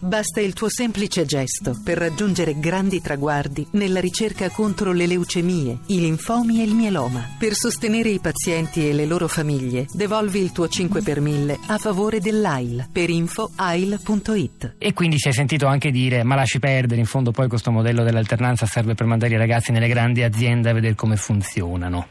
Basta il tuo semplice gesto per raggiungere grandi traguardi nella ricerca contro le leucemie, i linfomi e il mieloma. Per sostenere i pazienti e le loro famiglie, devolvi il tuo 5 per 1000 a favore dell'AIL. Per info AIL.it. E quindi si è sentito anche dire: ma lasci perdere, in fondo poi questo modello dell'alternanza serve per mandare i ragazzi nelle grandi aziende a vedere come funzionano.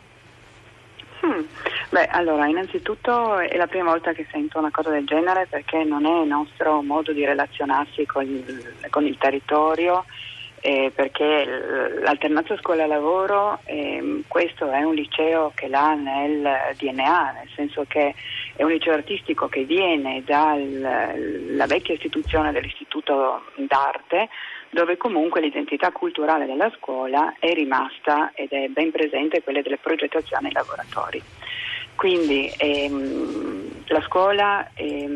Beh, allora, innanzitutto è la prima volta che sento una cosa del genere, perché non è il nostro modo di relazionarsi con il territorio, perché l'alternanza scuola-lavoro, questo è un liceo che l'ha nel DNA, nel senso che è un liceo artistico che viene dalla vecchia istituzione dell'Istituto d'Arte, dove comunque l'identità culturale della scuola è rimasta ed è ben presente quella delle progettazioni ai laboratori. Quindi la scuola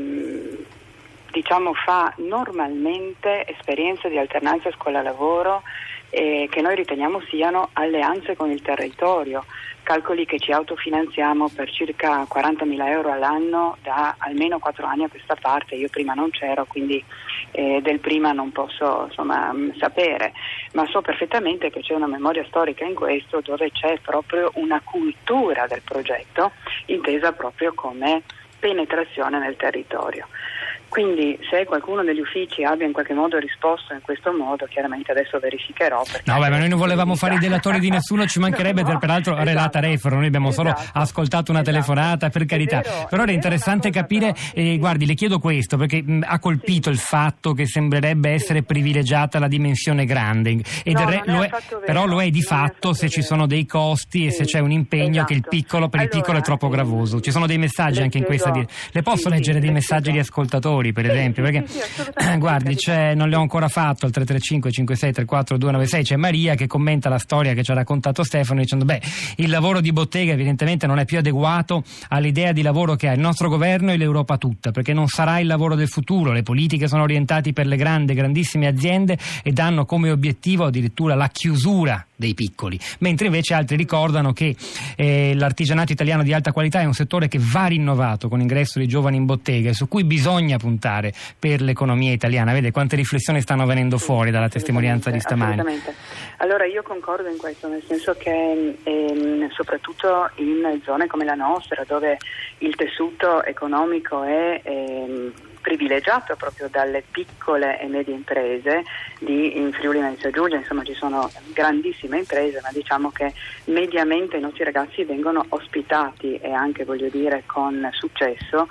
fa normalmente esperienze di alternanza scuola-lavoro che noi riteniamo siano alleanze con il territorio. Calcoli che ci autofinanziamo per circa 40.000 euro all'anno da almeno 4 anni a questa parte. Io prima non c'ero, quindi del prima non posso sapere, ma so perfettamente che c'è una memoria storica in questo, dove c'è proprio una cultura del progetto intesa proprio come penetrazione nel territorio. Quindi se qualcuno degli uffici abbia in qualche modo risposto in questo modo, chiaramente adesso verificherò. No, ma noi non volevamo fare i delatori di nessuno, ci mancherebbe, peraltro esatto. Relata Refero, noi abbiamo solo ascoltato una telefonata, per carità. Però era interessante capire, guardi, le chiedo questo, perché ha colpito il fatto che sembrerebbe essere privilegiata la dimensione grande, però lo è di fatto se ci sono dei costi e se c'è un impegno che il piccolo per il piccolo è troppo gravoso. Ci sono dei messaggi anche in questa. Le posso leggere dei messaggi di ascoltatori? Per esempio, perché guardi, non le ho ancora fatto al 335 56 34 296, c'è Maria che commenta la storia che ci ha raccontato Stefano dicendo: il lavoro di bottega evidentemente non è più adeguato all'idea di lavoro che ha il nostro governo e l'Europa tutta, perché non sarà il lavoro del futuro. Le politiche sono orientate per le grandissime aziende e danno come obiettivo addirittura la chiusura dei piccoli, mentre invece altri ricordano che l'artigianato italiano di alta qualità è un settore che va rinnovato con l'ingresso di giovani in bottega e su cui bisogna puntare per l'economia italiana. Vede quante riflessioni stanno venendo fuori dalla testimonianza di stamani. Assolutamente. Allora io concordo in questo, nel senso che soprattutto in zone come la nostra, dove il tessuto economico è privilegiato proprio dalle piccole e medie imprese in Friuli Venezia Giulia, insomma ci sono grandissime imprese, ma diciamo che mediamente i nostri ragazzi vengono ospitati, e anche con successo,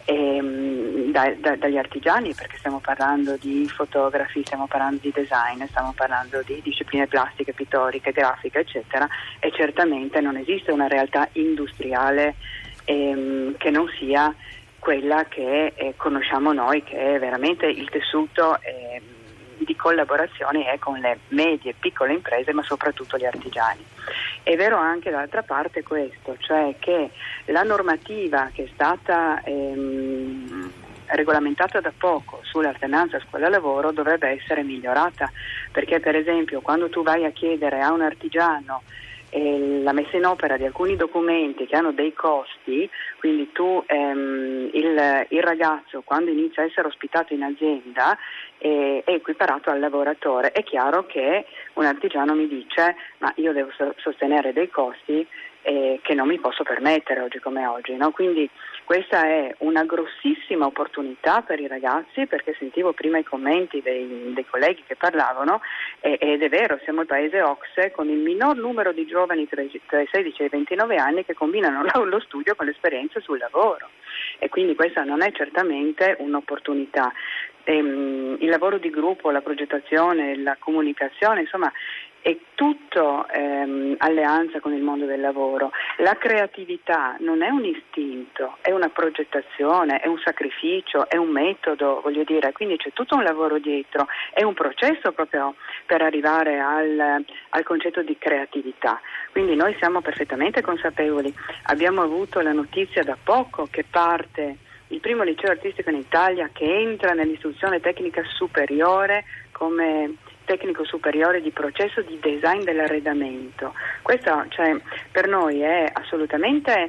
dagli artigiani, perché stiamo parlando di fotografi, stiamo parlando di design, stiamo parlando di discipline plastiche, pittoriche, grafiche, eccetera, e certamente non esiste una realtà industriale che non sia quella che conosciamo noi, che è veramente il tessuto di collaborazione è con le medie e piccole imprese, ma soprattutto gli artigiani. È vero anche dall'altra parte questo, cioè che la normativa che è stata regolamentata da poco sull'alternanza scuola-lavoro dovrebbe essere migliorata, perché per esempio quando tu vai a chiedere a un artigiano la messa in opera di alcuni documenti che hanno dei costi, quindi tu il ragazzo quando inizia a essere ospitato in azienda è equiparato al lavoratore. È chiaro che un artigiano mi dice: ma io devo sostenere dei costi che non mi posso permettere oggi come oggi, no? Quindi questa è una grossissima opportunità per i ragazzi, perché sentivo prima i commenti dei colleghi che parlavano, ed è vero, siamo il paese OCSE con il minor numero di giovani tra i 16 e i 29 anni che combinano lo studio con l'esperienza sul lavoro, e quindi questa non è certamente un'opportunità. Il lavoro di gruppo, la progettazione, la comunicazione, insomma è tutto alleanza con il mondo del lavoro. La creatività non è un istinto, è una progettazione, è un sacrificio, è un metodo, quindi c'è tutto un lavoro dietro, è un processo proprio per arrivare al concetto di creatività. Quindi noi siamo perfettamente consapevoli, abbiamo avuto la notizia da poco che parte il primo liceo artistico in Italia che entra nell'istruzione tecnica superiore come tecnico superiore di processo di design dell'arredamento. Questo per noi è assolutamente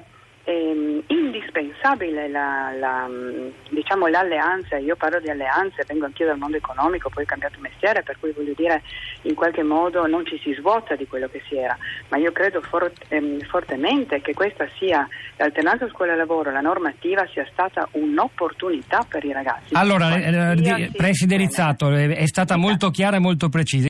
indispensabile l'alleanza. Io parlo di alleanze, vengo anch'io dal mondo economico, poi ho cambiato mestiere, per cui voglio dire, in qualche modo non ci si svuota di quello che si era, ma io credo fortemente che questa sia, l'alternanza scuola-lavoro, la normativa sia stata un'opportunità per i ragazzi. Allora, Preside Rizzato, è stata molto chiara e molto precisa.